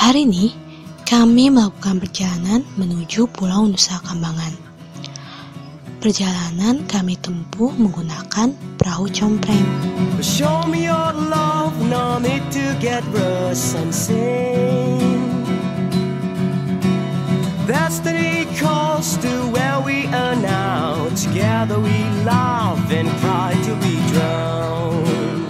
Hari ini, kami melakukan perjalanan menuju Pulau Nusa Kambangan. Perjalanan kami tempuh menggunakan perahu compreng. Show me your love, no need to get rust and sing. Destiny calls to where we are now. Together we laugh and cry till we drown.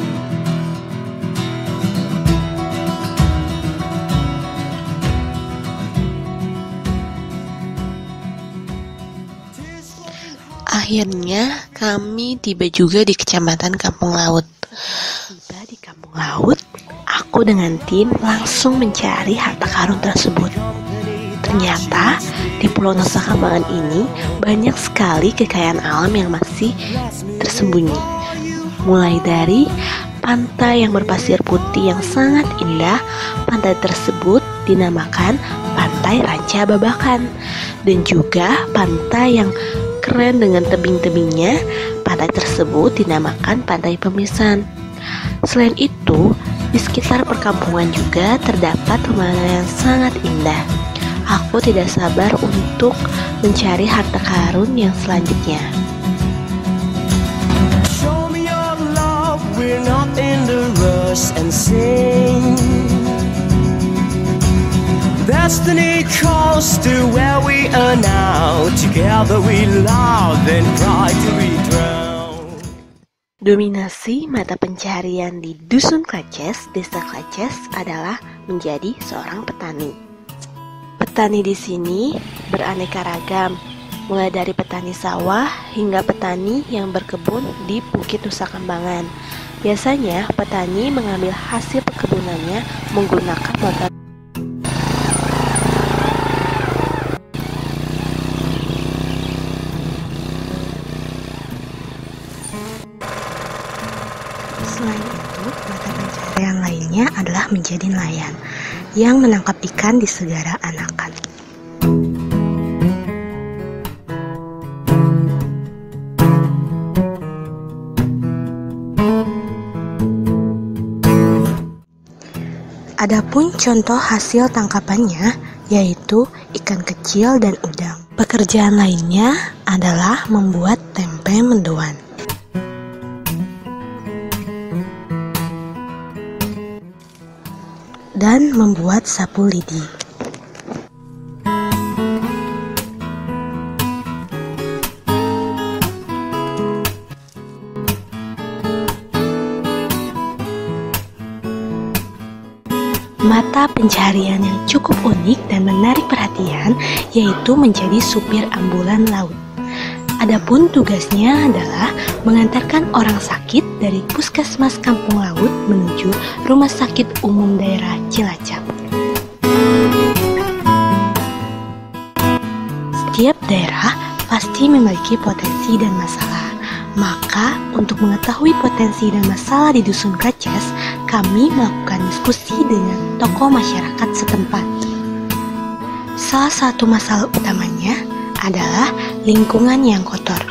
Akhirnya kami tiba juga di Kecamatan Kampung Laut. Tiba di Kampung Laut, aku dengan tim langsung mencari harta karun tersebut. Ternyata di Pulau Nusa Kambangan ini banyak sekali kekayaan alam yang masih tersembunyi. Mulai dari pantai yang berpasir putih yang sangat indah, pantai tersebut dinamakan Pantai Ranca Babakan. Dan juga pantai yang keren dengan tebing-tebingnya, pantai tersebut dinamakan Pantai Pemisan. Selain itu, di sekitar perkampungan juga terdapat pemandangan yang sangat indah. Aku tidak sabar untuk mencari harta karun yang selanjutnya. Show me your love, we're not in the rush and sing. Destiny calls to where we are now. Together we laugh and cry till we drown. Dominasi mata pencaharian di Dusun Kleces, Desa Kleces adalah menjadi seorang petani. Petani di sini beraneka ragam, mulai dari petani sawah hingga petani yang berkebun di Bukit Nusa Kambangan. Biasanya petani mengambil hasil perkebunannya menggunakan motor. Selain itu, mata pencaharian lainnya adalah menjadi nelayan yang menangkap ikan di Segara Anakan. Adapun contoh hasil tangkapannya yaitu ikan kecil dan udang. Pekerjaan lainnya adalah membuat tempe mendoan. Dan membuat sapu lidi. Mata pencaharian yang cukup unik dan menarik perhatian yaitu menjadi supir ambulan laut. Adapun tugasnya adalah mengantarkan orang sakit dari Puskesmas Kampung Laut menuju Rumah Sakit Umum Daerah Cilacap. Setiap daerah pasti memiliki potensi dan masalah. Maka untuk mengetahui potensi dan masalah di Dusun Kleces, kami melakukan diskusi dengan tokoh masyarakat setempat. Salah satu masalah utamanya adalah lingkungan yang kotor.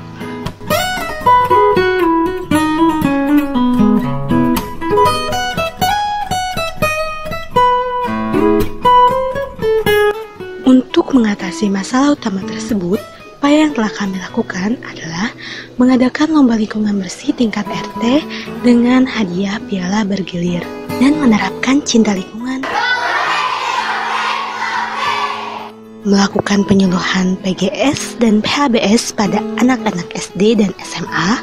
Untuk mengatasi masalah utama tersebut, upaya yang telah kami lakukan adalah mengadakan lomba lingkungan bersih tingkat RT dengan hadiah piala bergilir dan menerapkan cinta lingkungan. Melakukan penyuluhan PGS dan PHBS pada anak-anak SD dan SMA.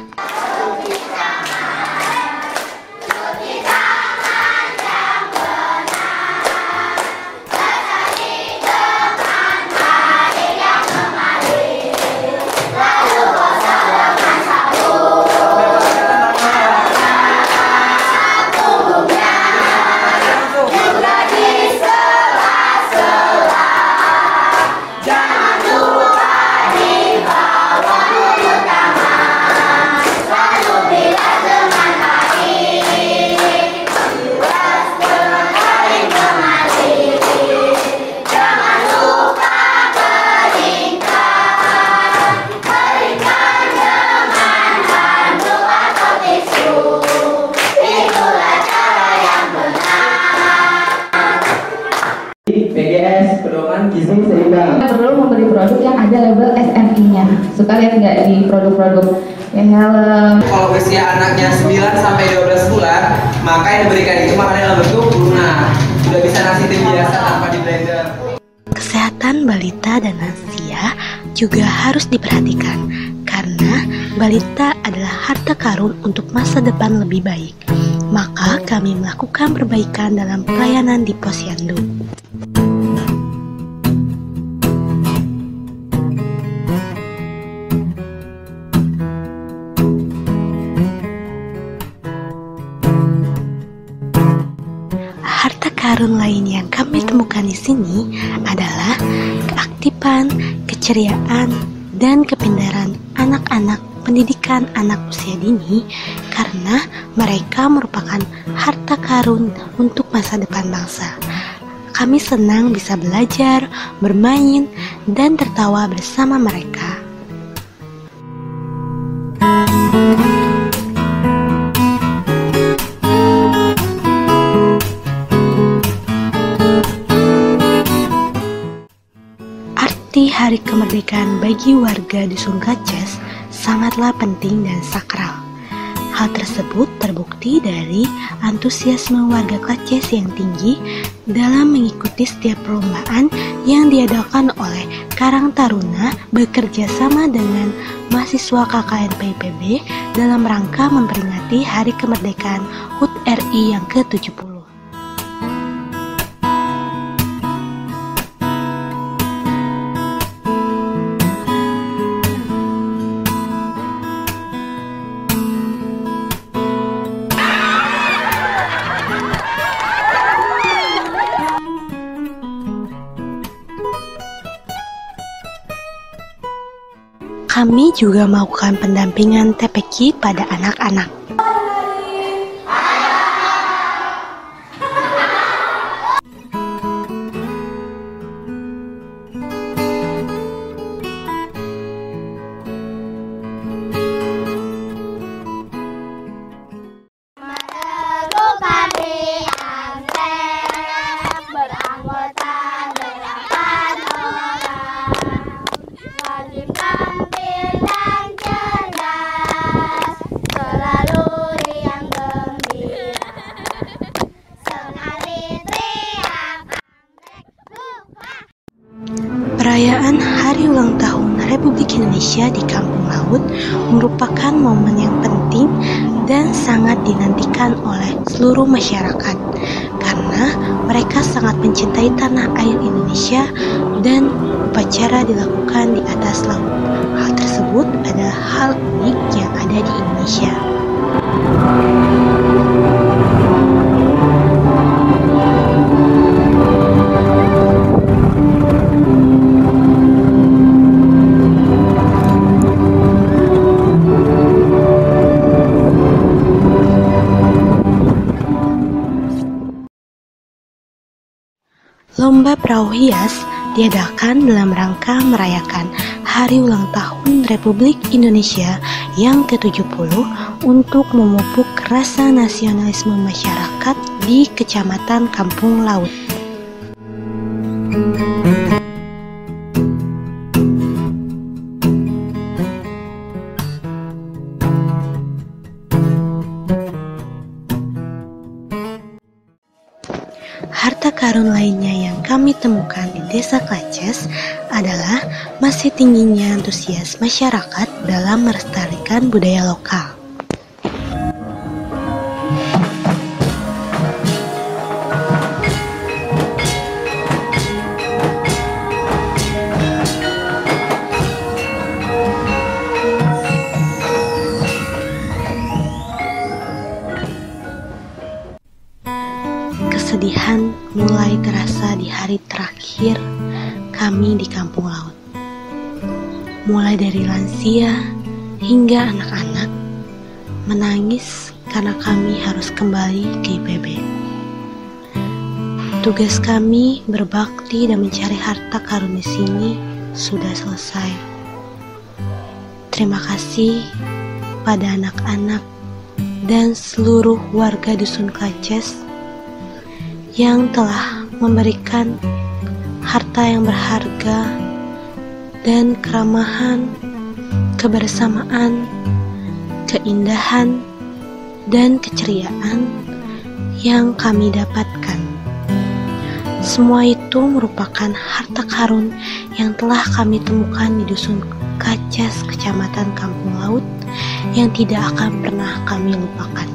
Perlu membeli produk yang ada label SMI-nya. Suka lihat nggak di produk-produk yang helm? Kalau usia anaknya 9 sampai 12 bulan, maka yang diberikan itu makanan dalam bentuk lunak. Sudah bisa nasi tim biasa tanpa di blender. Kesehatan balita dan lansia juga harus diperhatikan karena balita adalah harta karun untuk masa depan lebih baik. Maka kami melakukan perbaikan dalam pelayanan di Posyandu. Harta karun lain yang kami temukan di sini adalah keaktifan, keceriaan, dan kepintaran anak-anak pendidikan anak usia dini karena mereka merupakan harta karun untuk masa depan bangsa. Kami senang bisa belajar, bermain, dan tertawa bersama mereka. Arti Hari Kemerdekaan bagi warga Dusun Kaces sangatlah penting dan sakral. Hal tersebut terbukti dari antusiasme warga Kaces yang tinggi dalam mengikuti setiap perlombaan yang diadakan oleh Karang Taruna bekerja sama dengan mahasiswa KKN PIPB dalam rangka memperingati Hari Kemerdekaan HUT RI yang ke-70. Kami juga melakukan pendampingan TPQ pada anak-anak. Perayaan Hari Ulang Tahun Republik Indonesia di Kampung Laut merupakan momen yang penting dan sangat dinantikan oleh seluruh masyarakat karena mereka sangat mencintai tanah air Indonesia dan upacara dilakukan di atas laut. Hal tersebut adalah hal unik yang ada di Indonesia. Lomba perahu hias diadakan dalam rangka merayakan Hari Ulang Tahun Republik Indonesia yang ke-70 untuk memupuk rasa nasionalisme masyarakat di Kecamatan Kampung Laut. Harta karun lainnya yang kami temukan di Desa Kaces adalah masih tingginya antusias masyarakat dalam melestarikan budaya lokal. Kesedihan mulai terasa di hari terakhir kami di Kampung Laut. Mulai dari lansia hingga anak-anak menangis karena kami harus kembali ke IPB. Tugas kami berbakti dan mencari harta karun di sini sudah selesai. Terima kasih pada anak-anak dan seluruh warga Dusun Kaces yang telah memberikan harta yang berharga, dan keramahan, kebersamaan, keindahan, dan keceriaan yang kami dapatkan. Semua itu merupakan harta karun yang telah kami temukan di Dusun Kaces, Kecamatan Kampung Laut, yang tidak akan pernah kami lupakan.